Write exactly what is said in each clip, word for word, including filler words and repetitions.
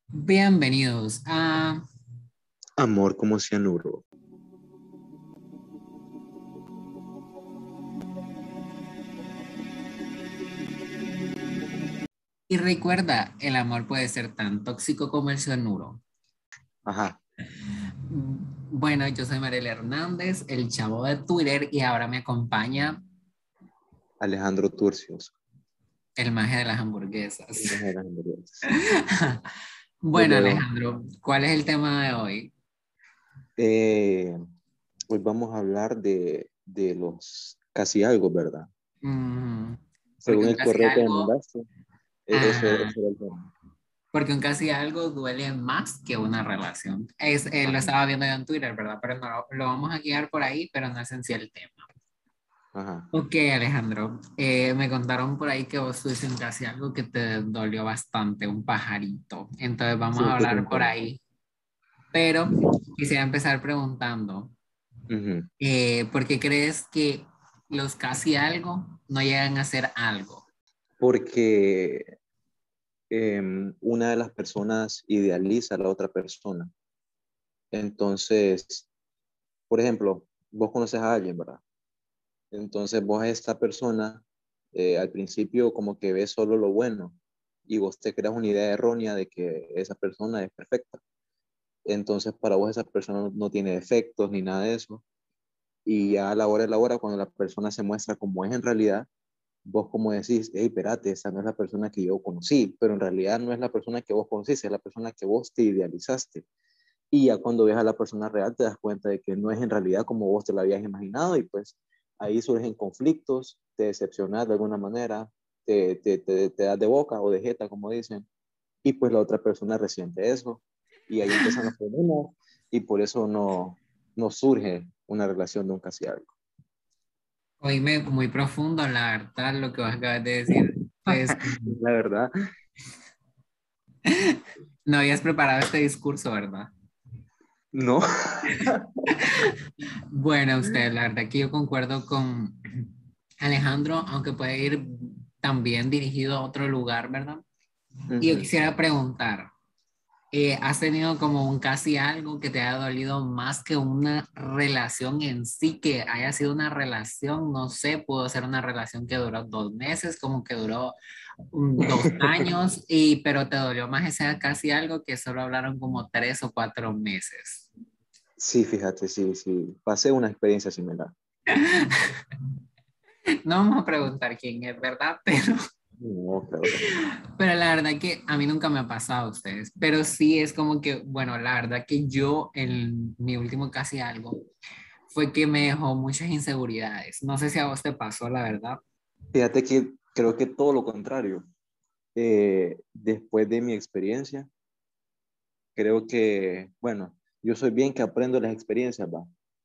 Bienvenidos a... Amor como cianuro. Y recuerda, el amor puede ser tan tóxico como el cianuro. Ajá. Bueno, yo soy Mariel Hernández, el chavo de Twitter, y ahora me acompaña Alejandro Turcios. el maje de las hamburguesas. El de las hamburguesas. Los Bueno, dedos. Alejandro, ¿cuál es el tema de hoy? Eh, Hoy vamos a hablar de, de los casi algo, ¿verdad? Mm, porque Según un el casi correo que me algo, mandaste, e- eso, ah, eso era el tema. porque un casi algo duele más que una relación. Es, eh, lo Ajá, estaba viendo yo en Twitter, ¿verdad? Pero no, lo lo vamos a guiar por ahí, pero no es en sí el tema. ajá. Ok, Alejandro, eh, me contaron por ahí que vos tuviste un casi algo que te dolió bastante, un pajarito. Entonces vamos a Sí, te hablar por comprendo. ahí. Pero quisiera empezar preguntando, Ujú. eh, ¿por qué crees que los casi algo no llegan a ser algo? Porque em, una de las personas idealiza a la otra persona. Entonces, por ejemplo, vos conoces a alguien, ¿verdad? Entonces vos a esta persona eh, al principio como que ves solo lo bueno y vos te creas una idea errónea de que esa persona es perfecta. Entonces para vos esa persona no, no tiene defectos ni nada de eso. Y ya a la hora de la hora, cuando la persona se muestra como es en realidad, vos como decís, hey, espérate, esa no es la persona que yo conocí, pero en realidad no es la persona que vos conociste, es la persona que vos te idealizaste. Y ya cuando ves a la persona real te das cuenta de que no es en realidad como vos te lo habías imaginado y pues ahí surgen conflictos, te decepcionas de alguna manera, te, te, te, te das de boca o de jeta, como dicen, y pues la otra persona resiente eso y ahí empiezan los problemas y por eso no, no surge una relación de un casi algo. Oíme, muy profundo, la verdad, lo que vos acabas de decir. Pues La verdad, no habías preparado este discurso, ¿verdad? no. Bueno, usted, la verdad que yo concuerdo con Alejandro, aunque puede ir también dirigido a otro lugar, ¿verdad? Y yo Uh-huh. quisiera preguntar, eh, ¿has tenido como un casi algo que te haya dolido más que una relación en sí, que haya sido una relación, no sé, pudo ser una relación que duró dos meses, como que duró mm, dos años, y, pero te dolió más ese casi algo que solo hablaron como tres o cuatro meses? Sí, fíjate, sí, sí, pasé una experiencia similar. No vamos a preguntar quién es, ¿verdad? Pero No, claro que no. Pero la verdad que a mí nunca me ha pasado a ustedes, pero sí es como que, bueno, la verdad que yo en mi último casi algo fue que me dejó muchas inseguridades. No sé si a vos te pasó, la verdad. Fíjate que creo que todo lo contrario. Eh, después de mi experiencia, creo que, bueno, yo soy bien que aprendo las experiencias, va.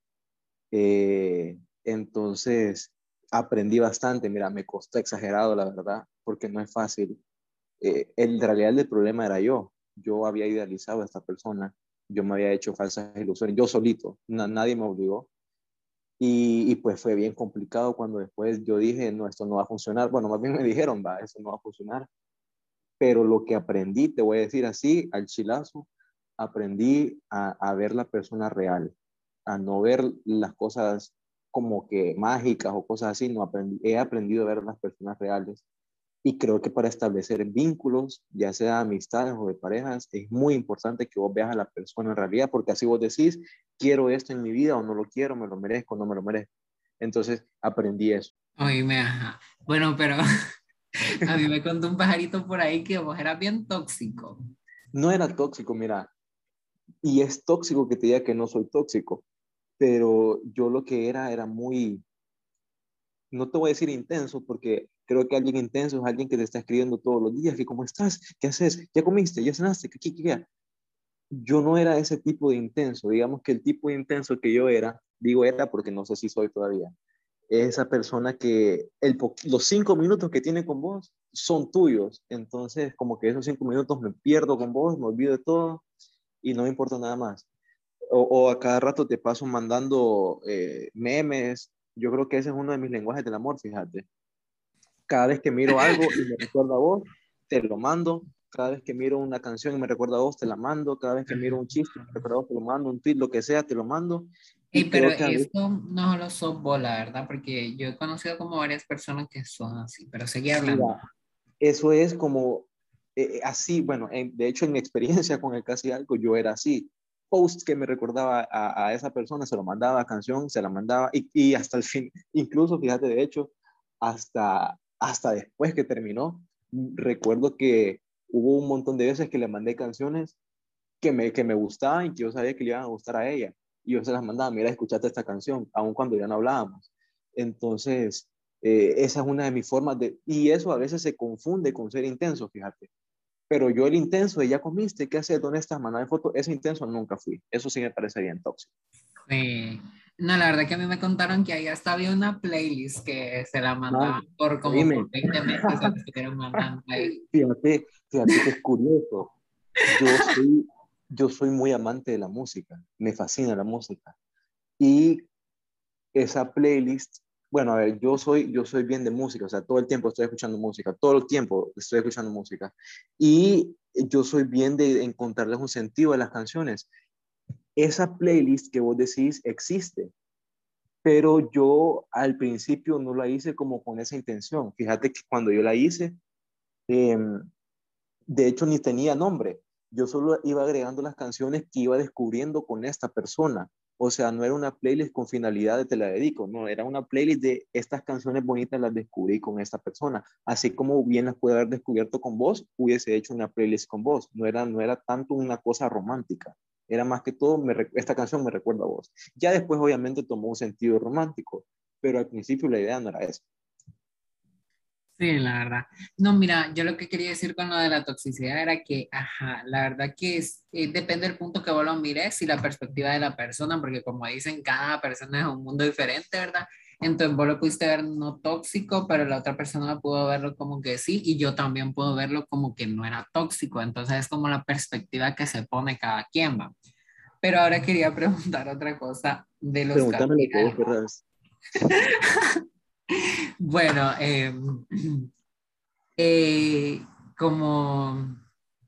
Eh, entonces, aprendí bastante. Mira, me costó exagerado, la verdad, porque no es fácil. Eh, en realidad el problema era yo. Yo había idealizado a esta persona. Yo me había hecho falsas ilusiones. Yo solito. Na- nadie me obligó. Y, y pues fue bien complicado cuando después yo dije, no, esto no va a funcionar. Bueno, más bien me dijeron, va, eso no va a funcionar. Pero lo que aprendí, te voy a decir así, al chilazo, aprendí a, a ver la persona real, a no ver las cosas como que mágicas o cosas así, no aprendí, he aprendido a ver las personas reales. Y creo que para establecer vínculos, ya sea amistades o de parejas, es muy importante que vos veas a la persona en realidad, porque así vos decís, quiero esto en mi vida o no lo quiero, me lo merezco o no me lo merezco. Entonces aprendí eso. Oíme, ajá. Bueno, pero a mí me contó un pajarito por ahí que vos eras bien tóxico. No era tóxico, mira, y es tóxico que te diga que no soy tóxico, pero yo lo que era era muy, no te voy a decir intenso, porque creo que alguien intenso es alguien que te está escribiendo todos los días, que cómo estás, qué haces, ya comiste, ya cenaste, qué, qué, qué. Yo no era ese tipo de intenso, digamos que el tipo de intenso que yo era, digo era porque no sé si soy todavía, es esa persona que el los cinco minutos que tiene con vos son tuyos, entonces como que esos cinco minutos me pierdo con vos, me olvido de todo y no me importa nada más. O, o a cada rato te paso mandando eh, memes. Yo creo que ese es uno de mis lenguajes del amor, fíjate. Cada vez que miro algo y me recuerda a vos, te lo mando. cada vez que miro una canción y me recuerda a vos, te la mando, cada vez que miro un chiste, me recuerda a vos, te lo mando, un tweet, lo que sea, te lo mando, y Ey, pero creo que a veces, esto no solo sos vos, la verdad, porque yo he conocido como varias personas que son así, pero seguí hablando. mira, eso es como, eh, así, bueno, en- de hecho en mi experiencia con el Casi Algo, yo era así, post que me recordaba a, a esa persona, se lo mandaba, canción, se la mandaba, y, y hasta el fin, incluso, fíjate, de hecho, hasta, hasta después que terminó, recuerdo que hubo un montón de veces que le mandé canciones que me, que me gustaban y que yo sabía que le iban a gustar a ella. Y yo se las mandaba, mira, escuchate esta canción, aun cuando ya no hablábamos. Entonces, eh, esa es una de mis formas de... Y eso a veces se confunde con ser intenso, fíjate. Pero yo el intenso de ya comiste, ¿qué haces? ¿Dónde estás? Mandame foto. Ese intenso nunca fui. Eso sí me parece bien tóxico. Sí. No, la verdad que a mí me contaron que ahí hasta había una playlist que se la mandaban Man, por como oíme, por veinte meses, se la estuvieron mandando ahí. fíjate, fíjate que es curioso. Yo soy, yo soy muy amante de la música. Me fascina la música. Y esa playlist, bueno, a ver, yo soy, yo soy bien de música, o sea, todo el tiempo estoy escuchando música, todo el tiempo estoy escuchando música. Y yo soy bien de encontrarles un sentido a las canciones. Esa playlist que vos decís existe, pero yo al principio no la hice como con esa intención. Fíjate que cuando yo la hice, eh, de hecho ni tenía nombre. Yo solo iba agregando las canciones que iba descubriendo con esta persona. O sea, no era una playlist con finalidad de te la dedico, no, era una playlist de estas canciones bonitas las descubrí con esta persona. Así como bien las pude haber descubierto con vos, hubiese hecho una playlist con vos. No era, no era tanto una cosa romántica. Era más que todo, me, esta canción me recuerda a vos. Ya después obviamente tomó un sentido romántico, pero al principio la idea no era esa. Sí, la verdad. No, mira, yo lo que quería decir con lo de la toxicidad era que, ajá, la verdad que es, eh, depende del punto que vos lo mires y la perspectiva de la persona, porque como dicen, cada persona es un mundo diferente, ¿verdad? Entonces vos lo pudiste ver no tóxico, pero la otra persona pudo verlo como que sí, y yo también puedo verlo como que no era tóxico. Entonces es como la perspectiva que se pone cada quien, va. Pero ahora quería preguntar otra cosa de los Pregúntame lo que vos castigos. querrás. Bueno, eh, eh, como...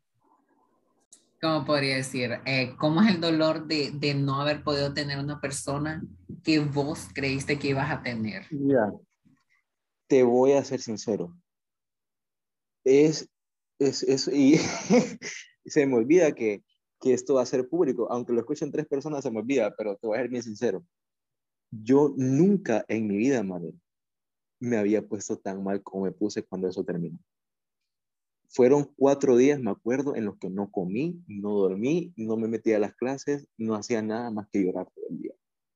¿Cómo podría decir? Eh, ¿cómo es el dolor de, de no haber podido tener una persona que vos creíste que ibas a tener? Mira, te voy a ser sincero. Es, es, es y se me olvida que, que esto va a ser público, aunque lo escuchen tres personas se me olvida, pero te voy a ser bien sincero. Yo nunca en mi vida, madre, me había puesto tan mal como me puse cuando eso terminó. Fueron cuatro días, me acuerdo, en los que no comí, no dormí, no me metí a las clases, no hacía nada más que llorar todo el día.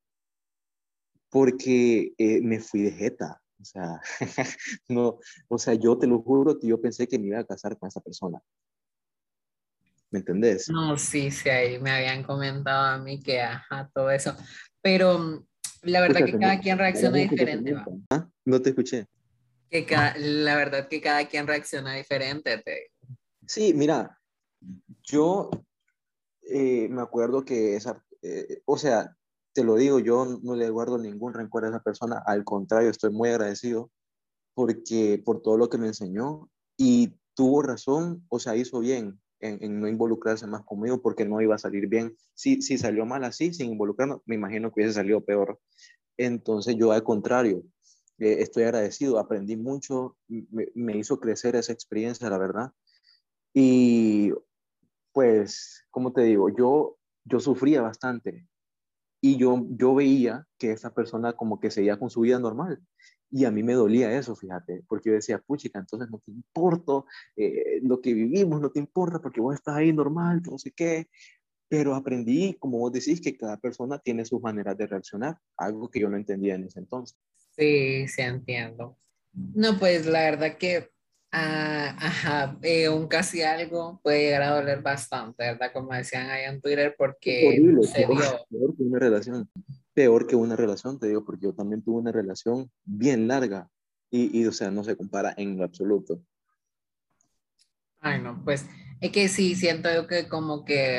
Porque eh, me fui de jeta. O sea, no, o sea, yo te lo juro que yo pensé que me iba a casar con esa persona. ¿Me entendés? No, sí, sí, ahí me habían comentado a mí que, ajá, todo eso. Pero mm, la verdad que Escúchate, cada quien reacciona hagamos que te diferente, va. mienta. ¿Ah? No te escuché. Que ca- la verdad que cada quien reacciona diferente, te digo. Sí, mira, yo eh, me acuerdo que esa, eh, o sea, te lo digo, yo no le guardo ningún rencor a esa persona, al contrario, estoy muy agradecido porque por todo lo que me enseñó y tuvo razón, o sea, hizo bien en, en no involucrarse más conmigo porque no iba a salir bien. Si, si salió mal así, sin involucrarnos, me imagino que hubiese salido peor. Entonces yo al contrario, eh, estoy agradecido, aprendí mucho, me, me hizo crecer esa experiencia, la verdad. Y pues, como te digo, yo, yo sufría bastante y yo, yo veía que esa persona como que seguía con su vida normal. Y a mí me dolía eso, fíjate, porque yo decía, puchica, entonces no te importa, eh, lo que vivimos no te importa porque vos estás ahí normal, que no sé qué. Pero aprendí, como vos decís, que cada persona tiene sus maneras de reaccionar, algo que yo no entendía en ese entonces. Sí, sí, entiendo. No, pues la verdad que, ah, ajá, eh, un casi algo puede llegar a doler bastante, ¿verdad? Como decían ahí en Twitter, porque no Horrible, se peor, dio. peor que una relación. Peor que una relación, te digo, porque yo también tuve una relación bien larga y, y o sea, no se compara en lo absoluto. Ay, no, pues es que sí, siento yo que como que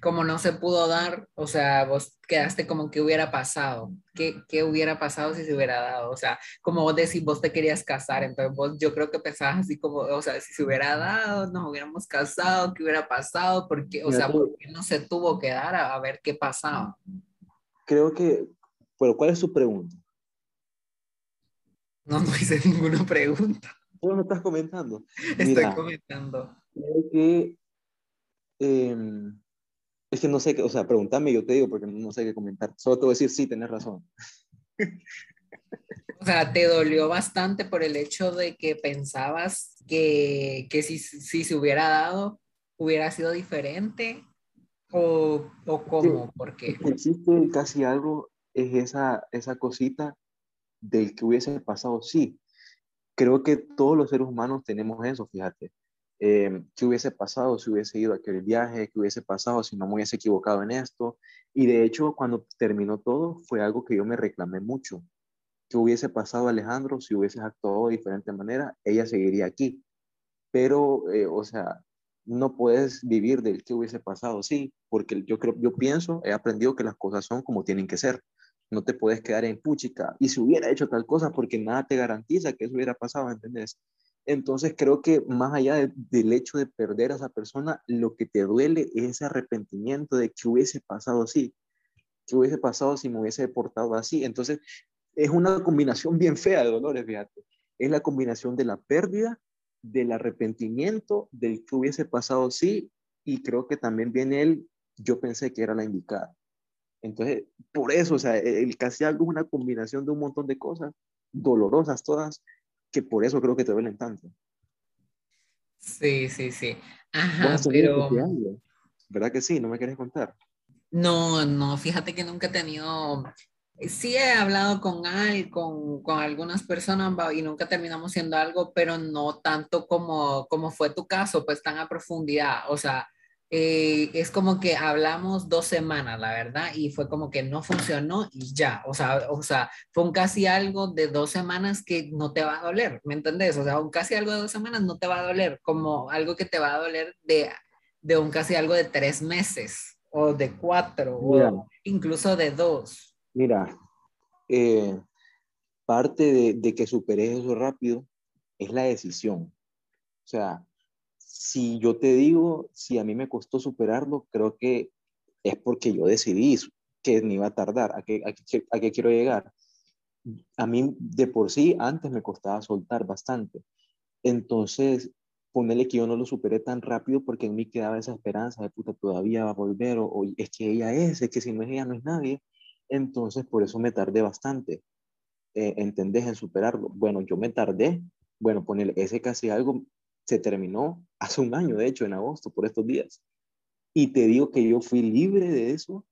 como no se pudo dar, o sea, vos quedaste como que hubiera pasado, ¿qué, qué hubiera pasado si se hubiera dado? O sea, como vos decís, vos te querías casar, entonces vos yo creo que pensabas así como, o sea, si se hubiera dado, nos hubiéramos casado, ¿qué hubiera pasado? Porque, o sea, Fíjate, ¿por qué no se tuvo que dar a, a ver qué pasaba? creo que, pero ¿cuál es su pregunta? No, no hice ninguna pregunta, ¿Cómo me estás comentando? estoy Mira, comentando. creo que, em, es que no sé qué, o sea, pregúntame, yo te digo, porque no sé qué comentar. Solo te voy a decir, sí, tenés razón. O sea, ¿te dolió bastante por el hecho de que pensabas que, que si, si se hubiera dado, hubiera sido diferente? ¿O, o Que, cómo? ¿Por qué? es que existe casi algo, es esa, esa cosita del que hubiese pasado, sí. Creo que todos los seres humanos tenemos eso, fíjate. Eh, ¿qué hubiese pasado si hubiese ido a aquel viaje? ¿Qué hubiese pasado si no me hubiese equivocado en esto? Y de hecho, cuando terminó todo, fue algo que yo me reclamé mucho. ¿Qué hubiese pasado, Alejandro, si hubieses actuado de diferente manera? Ella seguiría aquí. Pero, eh, o sea, no puedes vivir del que hubiese pasado, sí, porque yo creo, yo pienso, he aprendido que las cosas son como tienen que ser. No te puedes quedar en puchica. Y si hubiera hecho tal cosa, porque nada te garantiza que eso hubiera pasado, ¿entendés? Entonces creo que más allá de- del hecho de perder a esa persona, lo que te duele es ese arrepentimiento de que hubiese pasado así, que hubiese pasado si me hubiese portado así. Entonces es una combinación bien fea de dolores, fíjate. Es la combinación de la pérdida, del arrepentimiento, del que hubiese pasado sí, y creo que también viene el, yo pensé que era la indicada. Entonces, por eso, o sea, el casi algo es una combinación de un montón de cosas, dolorosas todas, que por eso creo que te duelen tanto. Sí, sí, sí. Vos has Ajá, tenido pero casi algo, ¿verdad que sí? ¿No me querés contar? no, no, fíjate que nunca he tenido, sí he hablado con, al, con, con algunas personas va, y nunca terminamos siendo algo, pero no tanto como, como fue tu caso, pues tan a profundidad. O sea, eh, es como que hablamos dos semanas, la verdad, y fue como que no funcionó y ya. O sea, o sea, fue un casi algo de dos semanas que no te va a doler, ¿me entendés? O sea, un casi algo de dos semanas no te va a doler, como algo que te va a doler de de un casi algo de tres meses o de cuatro Mira, o incluso de dos. mira, eh, parte de, de que superes eso rápido es la decisión. O sea, si yo te digo, si a mí me costó superarlo, creo que es porque yo decidí que me iba a tardar. ¿A qué, a qué, a qué quiero llegar? A mí de por sí antes me costaba soltar bastante. Entonces, ponerle que yo no lo superé tan rápido porque en mí quedaba esa esperanza de puta, todavía va a volver o, o es que ella es, es que si no es ella no es nadie. Entonces, por eso me tardé bastante, eh, ¿entendés? En superarlo. Bueno, yo me tardé, bueno, ponerle ese casi algo se terminó hace un año, de hecho, en agosto, por estos días. Y te digo que yo fui libre de eso,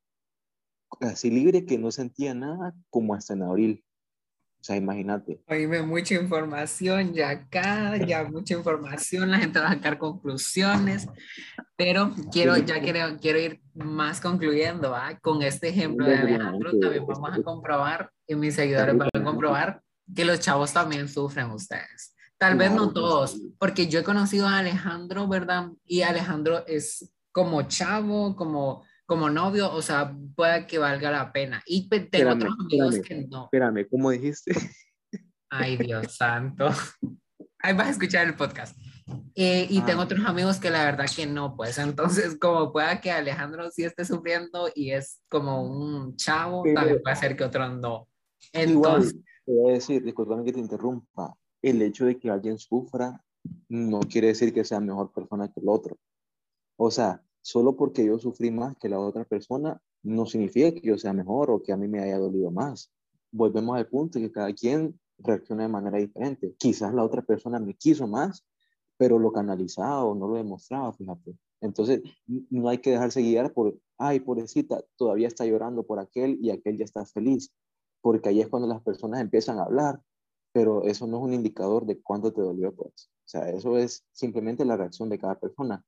así libre que no sentía nada como hasta en abril. O sea, imagínate. Oíme, mucha información ya acá, ya mucha información, la gente va a sacar conclusiones, pero quiero, ya quiero, quiero ir más concluyendo, ¿va? Con este ejemplo de Hombre, Alejandro, relajante, también es- vamos a es- comprobar, y mis está seguidores van rico a el ejemplo. comprobar que los chavos también sufren ustedes. Tal vez no Claro que todos, sí. porque yo he conocido a Alejandro, ¿verdad? Y Alejandro es como chavo, como, como novio, o sea, pueda que valga la pena. Y pe- tengo Espérame, otros amigos espérame, que no. espérame, ¿cómo dijiste? Ay, Dios santo. Ahí vas a escuchar el podcast. Eh, y Ah, tengo otros amigos que la verdad que no, pues entonces como pueda que Alejandro sí esté sufriendo y es como un chavo, pero también puede ser que otro no. Entonces, igual, te voy a decir, disculpame que te interrumpa, el hecho de que alguien sufra no quiere decir que sea mejor persona que el otro. O sea, solo porque yo sufrí más que la otra persona, no significa que yo sea mejor o que a mí me haya dolido más. Volvemos al punto de que cada quien reacciona de manera diferente. Quizás la otra persona me quiso más, pero lo canalizaba o no lo demostraba, fíjate. Entonces, n- no hay que dejarse guiar por, ay, pobrecita, todavía está llorando por aquel y aquel ya está feliz, porque ahí es cuando las personas empiezan a hablar, pero eso no es un indicador de cuánto te dolió, pues. O sea, eso es simplemente la reacción de cada persona.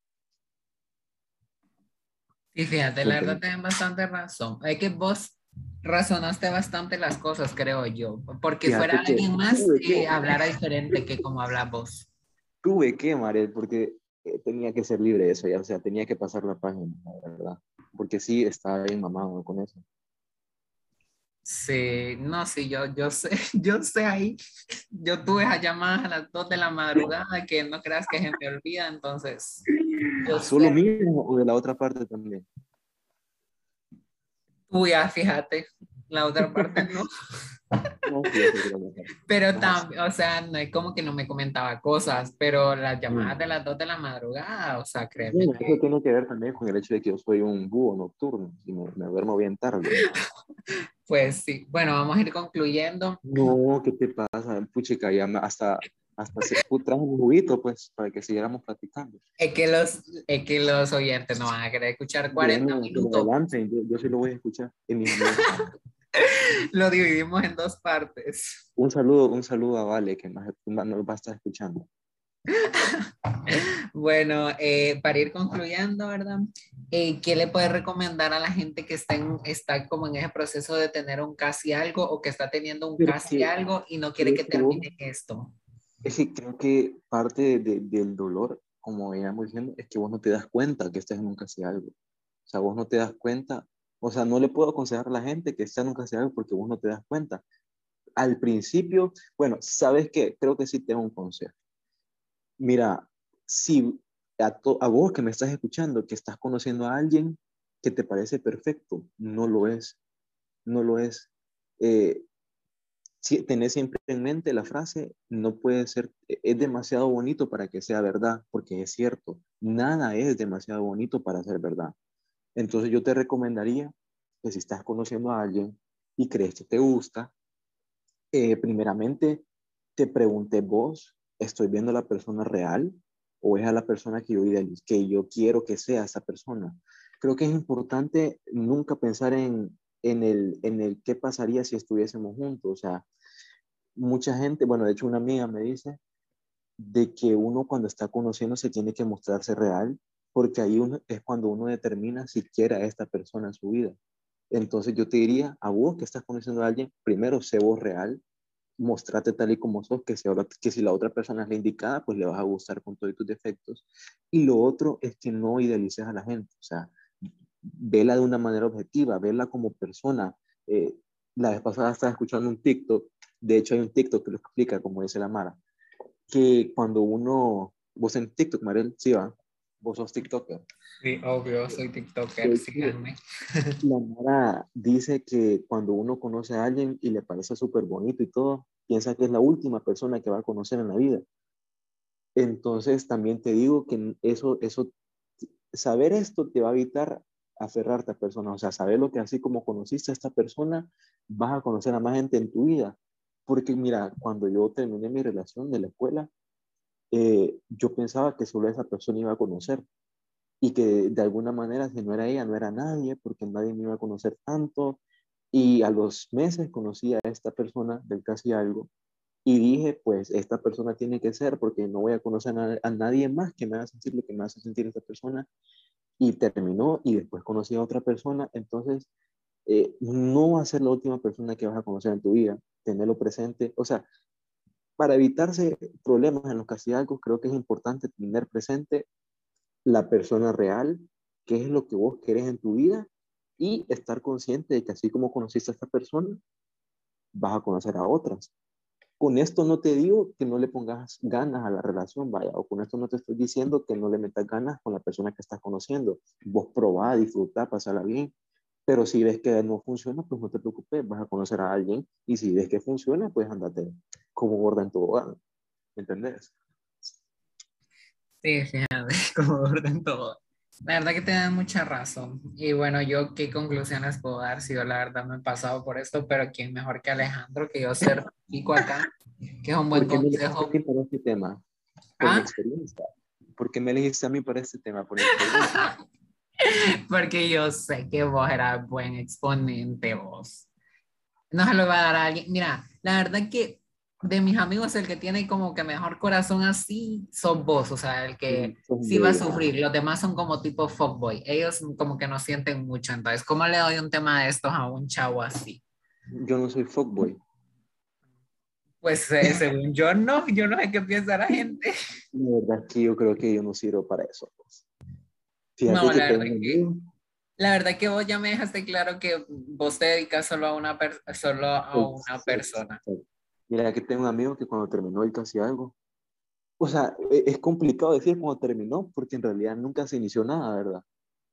y fíjate, la verdad ¿Entendés? tienes bastante razón. Es que vos razonaste bastante las cosas, creo yo, porque fuera Fíjate que alguien más, tuve eh, que, hablara diferente que como hablas vos. tuve que, Mariel, porque eh, tenía que ser libre de eso, ya, o sea, tenía que pasar la página, la verdad, porque sí, estaba bien mamado con eso. Sí, no, sí, yo, yo sé, yo sé ahí, yo tuve esas llamadas a las dos de la madrugada que no creas que se me olvida, entonces, yo ¿Solo sé, mío o de la otra parte también? tú ya fíjate, la otra parte no, No, sí, ya sé que la otra parte. pero Ajá. también, o sea, no es como que no me comentaba cosas, pero las llamadas de Mm. las dos de la madrugada, o sea, créeme Bueno, eso que, tiene que ver también con el hecho de que yo soy un búho nocturno y me, me duermo bien tarde. pues sí, bueno, vamos a ir concluyendo. No, ¿qué te pasa? Puchica, ya me- hasta, hasta se pu- traje un juguito, pues, para que siguiéramos platicando. Es que los, es que los oyentes no van a querer escuchar cuarenta Bueno, que lo minutos, adelanten, yo, yo sí lo voy a escuchar y mis amigos también. lo dividimos en dos partes. Un saludo, un saludo a Vale, que nos, nos va a estar escuchando. Bueno, eh, para ir concluyendo, ¿verdad? Eh, ¿qué le puede recomendar a la gente que está, en, está como en ese proceso de tener un casi algo o que está teniendo un Pero casi que algo y no quiere creo que que vos, termine esto? es que creo que parte de- de- del dolor, como veníamos diciendo, es que vos no te das cuenta que estás en un casi algo. O sea, vos no te das cuenta. O sea, no le puedo aconsejar a la gente que está en un casi algo porque vos no te das cuenta. Al principio, bueno, ¿sabes qué? Creo que sí tengo un consejo. Mira, si a, to- a vos que me estás escuchando, que estás conociendo a alguien que te parece perfecto, no lo es, no lo es. Eh, si, tenés siempre en mente la frase, no puede ser, es demasiado bonito para que sea verdad, porque es cierto, nada es demasiado bonito para ser verdad. Entonces yo te recomendaría que si estás conociendo a alguien y crees que te gusta, eh, primeramente te pregunté vos, ¿estoy viendo a la persona real o es a la persona que yo, idealizo, que yo quiero que sea esa persona? Creo que es importante nunca pensar en, en, el, en el qué pasaría si estuviésemos juntos. O sea, mucha gente, bueno, de hecho una amiga me dice de que uno cuando está conociendo se tiene que mostrarse real, porque ahí uno, es cuando uno determina si quiere a esta persona en su vida. Entonces yo te diría, a vos que estás conociendo a alguien, primero sé vos real, mostrate tal y como sos, que si, ahora, que si la otra persona es la indicada, pues le vas a gustar con todos tus defectos. Y lo otro es que no idealices a la gente, o sea, vela de una manera objetiva, vela como persona. Eh, la vez pasada estaba escuchando un TikTok, de hecho hay un TikTok que lo explica, como dice la Mara, que cuando uno, vos en TikTok, Marel, sí va, vos sos TikToker. Sí, obvio, soy De TikToker, hecho, síganme. la Mara dice que cuando uno conoce a alguien y le parece súper bonito y todo, piensa que es la última persona que va a conocer en la vida. Entonces, también te digo que eso, eso, saber esto te va a evitar aferrarte a personas. O sea, saber lo que así como conociste a esta persona, vas a conocer a más gente en tu vida. Porque mira, cuando yo terminé mi relación de la escuela, eh, yo pensaba que solo esa persona iba a conocer y que de alguna manera, si no era ella, no era nadie, porque nadie me iba a conocer tanto. Y a los meses conocí a esta persona del casi algo y dije, pues esta persona tiene que ser, porque no voy a conocer a, a nadie más que me haga sentir lo que me hace sentir esta persona. Y terminó y después conocí a otra persona. Entonces, eh, no va a ser la última persona que vas a conocer en tu vida, tenerlo presente. O sea, para evitarse problemas en los casi algo, creo que es importante tener presente la persona real, qué es lo que vos querés en tu vida y estar consciente de que así como conociste a esta persona, vas a conocer a otras. Con esto no te digo que no le pongas ganas a la relación, vaya, o con esto no te estoy diciendo que no le metas ganas con la persona que estás conociendo. Vos probá, disfrutá, pasarla bien, pero si ves que no funciona, pues no te preocupes, vas a conocer a alguien y si ves que funciona, pues andate como gorda en tu hogar, ¿me entendés? Sí, fíjate, como orden todo. La verdad que te dan mucha razón. Y bueno, yo qué conclusiones puedo dar si yo la verdad me he pasado por esto, pero quién mejor que Alejandro, que yo certifico acá, que es un buen ¿Por qué me elegiste a consejo. mí para este tema? Por mi Ah, experiencia. ¿Por qué me elegiste a mí para este tema? Por mi experiencia. porque yo sé que vos eras buen exponente, vos. No se lo va a dar a alguien. Mira, la verdad que de mis amigos el que tiene como que mejor corazón así sos vos, o sea, el que Sos un sí va a bello. sufrir. Los demás son como tipo fuckboy. Ellos como que no sienten mucho. Entonces, ¿cómo le doy un tema de estos a un chavo así? Yo no soy fuckboy. Pues eh, según yo no, yo no sé qué piensa la gente. La verdad es que yo creo que yo no sirvo para eso, pues. No, Fíjate que la verdad tengo un que, amigo. la verdad que vos ya me dejaste claro que vos te dedicas solo a una, per- solo a una Exacto. persona. Mira que tengo un amigo que cuando terminó él casi algo. O sea, e- es complicado decir cuando terminó porque en realidad nunca se inició nada, ¿verdad?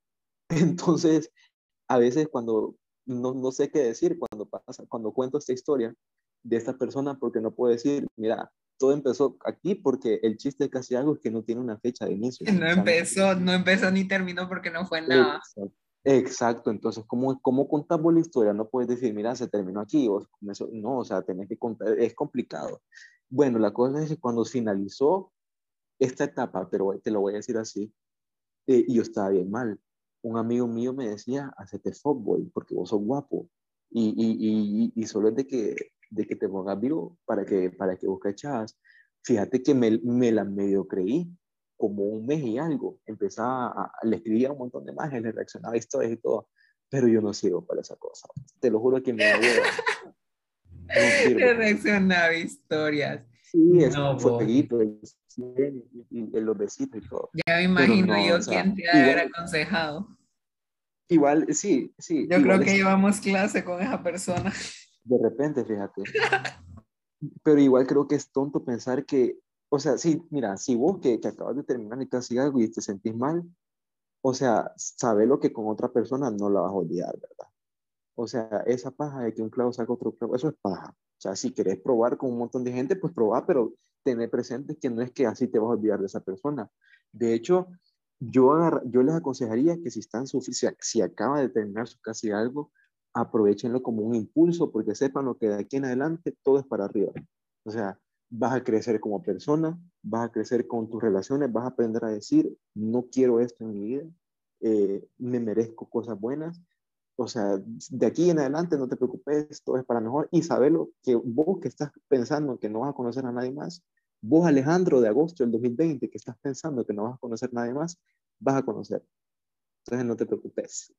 Entonces, a veces cuando no, no sé qué decir, cuando pasa, cuando cuento esta historia de esta persona, porque no puedo decir, mira, todo empezó aquí porque el chiste de casi algo es que no tiene una fecha de inicio. No O sea, no. empezó, no empezó ni terminó porque no fue nada. Exacto. Exacto, entonces, ¿cómo, cómo contamos la historia? No puedes decir, mira, se terminó aquí, o con eso, no, o sea, tenés que contar, es complicado. Bueno, la cosa es que cuando finalizó esta etapa, pero te lo voy a decir así, eh, y yo estaba bien mal. Un amigo mío me decía, hacete fuckboy, porque vos sos guapo, y, y, y, y solo es de que, de que te pongas vivo para que, para que vos cachas. Fíjate que me, me la medio creí, como un mes y algo. Empezaba a, le escribía un montón de imágenes, le reaccionaba a historias y todo, pero yo no sirvo para esa cosa. Te lo juro que me da hueva. No sirvo. Reaccionaba a historias. Sí, es No, vos. fueguito, y, y, y los besitos y todo. Ya me Pero imagino no, o yo sea, quién te ha de haber igual, aconsejado. igual, sí, sí, Yo creo igual que es llevamos clase con esa persona. de repente, fíjate. Pero igual creo que es tonto pensar que, o sea, sí, mira, si vos que, que acabas de terminar y casi algo y te sentís mal, o sea, sabe lo que con otra persona no la vas a olvidar, ¿verdad? O sea, esa paja de que un clavo saca otro clavo, eso es paja. O sea, si querés probar con un montón de gente, pues probá, pero tener presente que no es que así te vas a olvidar de esa persona. De hecho, yo, agarra- yo les aconsejaría que si están su, si, si acaba de terminar su casi algo, aprovechenlo como un impulso, porque sepan lo que de aquí en adelante todo es para arriba. O sea, vas a crecer como persona, vas a crecer con tus relaciones, vas a aprender a decir, no quiero esto en mi vida, eh, me merezco cosas buenas. O sea, de aquí en adelante no te preocupes, todo es para mejor. Y sabelo que vos que estás pensando que no vas a conocer a nadie más, vos Alejandro de agosto del dos mil veinte que estás pensando que no vas a conocer a nadie más, vas a conocer. Entonces no te preocupes.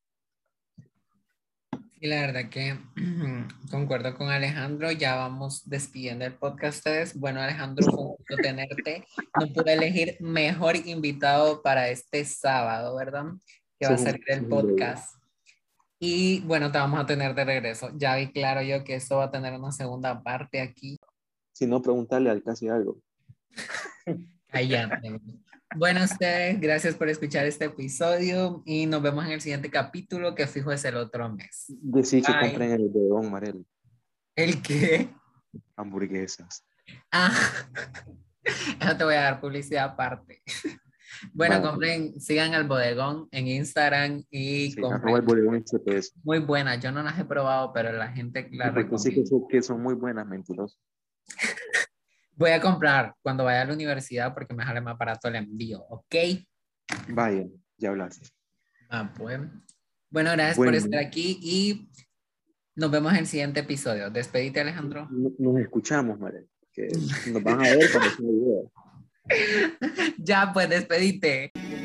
Y la verdad que concuerdo con Alejandro, ya vamos despidiendo el podcast ustedes. Bueno, Alejandro, fue un gusto tenerte. No pude elegir mejor invitado para este sábado, ¿verdad? Que va a Sos salir un, el sos un bello. podcast. Y bueno, te vamos a tener de regreso. Ya vi claro yo que esto va a tener una segunda parte aquí. Si no, preguntarle al casi algo. Cállate. Bueno, ustedes, gracias por escuchar este episodio y nos vemos en el siguiente capítulo que fijo es el otro mes. Decir que Bye. compren el bodegón Marel, ¿El qué? hamburguesas. Ah, eso te voy a dar publicidad aparte. Bueno, Vaya, compren, sigan al bodegón en Instagram y sí, arroba el compren. bodegón H P S. Muy buenas, yo no las he probado, pero la gente Y las pues decir que recomienda. son, que son muy buenas, mentirosos. Voy a comprar cuando vaya a la universidad porque me sale más barato el envío, ¿ok? Vaya, ya hablaste. Ah, pues. Bueno, gracias por Bueno, estar aquí y nos vemos en el siguiente episodio. Despedite, Alejandro. no- nos escuchamos, Marel, que nos van a ver cuando se me video. Ya, pues, despedite.